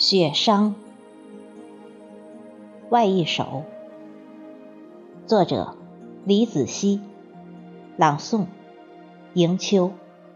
雪殇，外一首，作者李子熙，朗诵迎秋。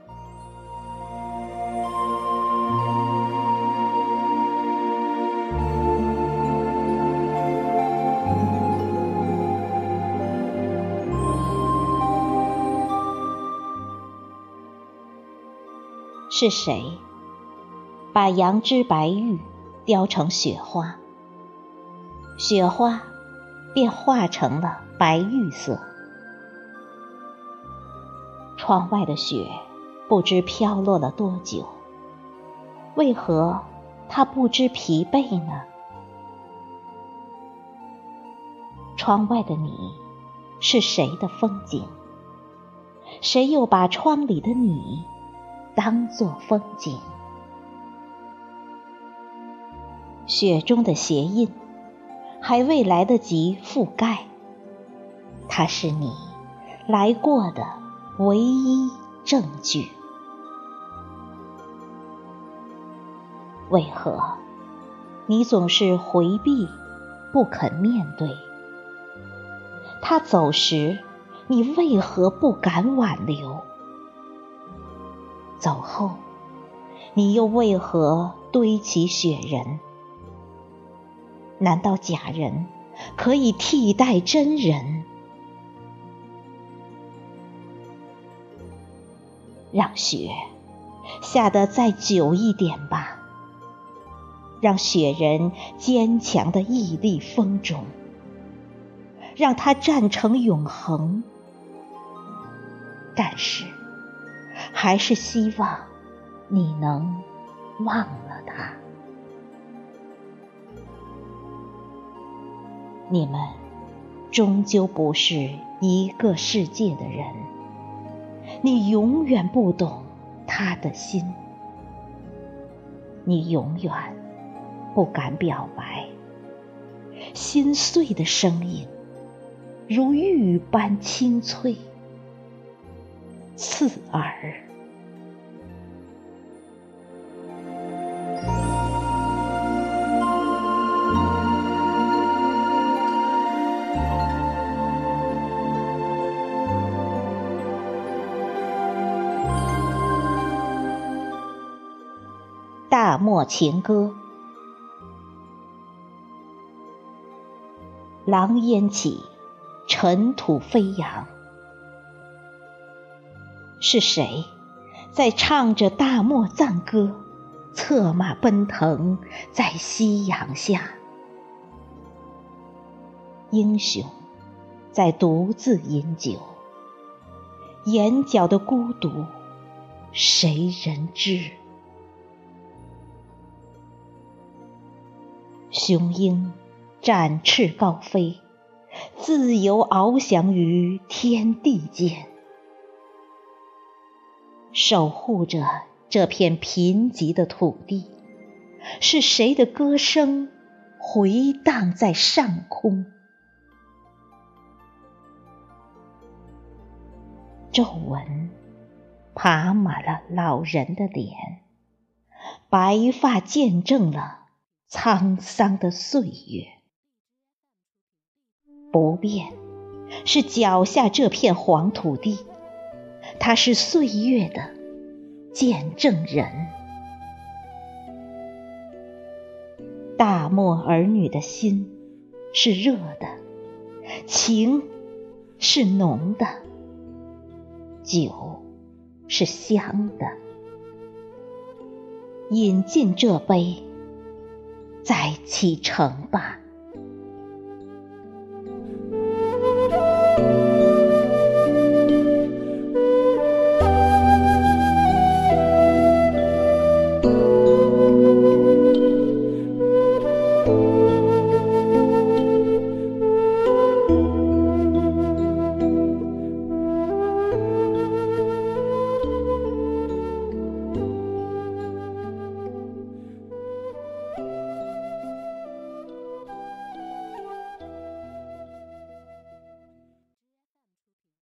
是谁把杨枝白玉雕成雪花，雪花便化成了白玉色。窗外的雪不知飘落了多久，为何它不知疲惫呢？窗外的你是谁的风景？谁又把窗里的你当作风景？雪中的鞋印还未来得及覆盖，它是你来过的唯一证据。为何你总是回避，不肯面对？他走时，你为何不敢挽留？走后，你又为何堆起雪人？难道假人可以替代真人？让雪下得再久一点吧，让雪人坚强地屹立风中，让它站成永恒。但是还是希望你能忘了它。你们终究不是一个世界的人，你永远不懂他的心，你永远不敢表白。心碎的声音如玉般清脆刺耳。大漠情歌，狼烟起，尘土飞扬。是谁在唱着大漠赞歌，策马奔腾在夕阳下？英雄在独自饮酒，眼角的孤独谁人知？雄鹰展翅高飞，自由翱翔于天地间，守护着这片贫瘠的土地。是谁的歌声回荡在上空？皱纹爬满了老人的脸，白发见证了沧桑的岁月。不变是脚下这片黄土地，它是岁月的见证人。大漠儿女的心是热的，情是浓的，酒是香的。饮尽这杯，再启程吧。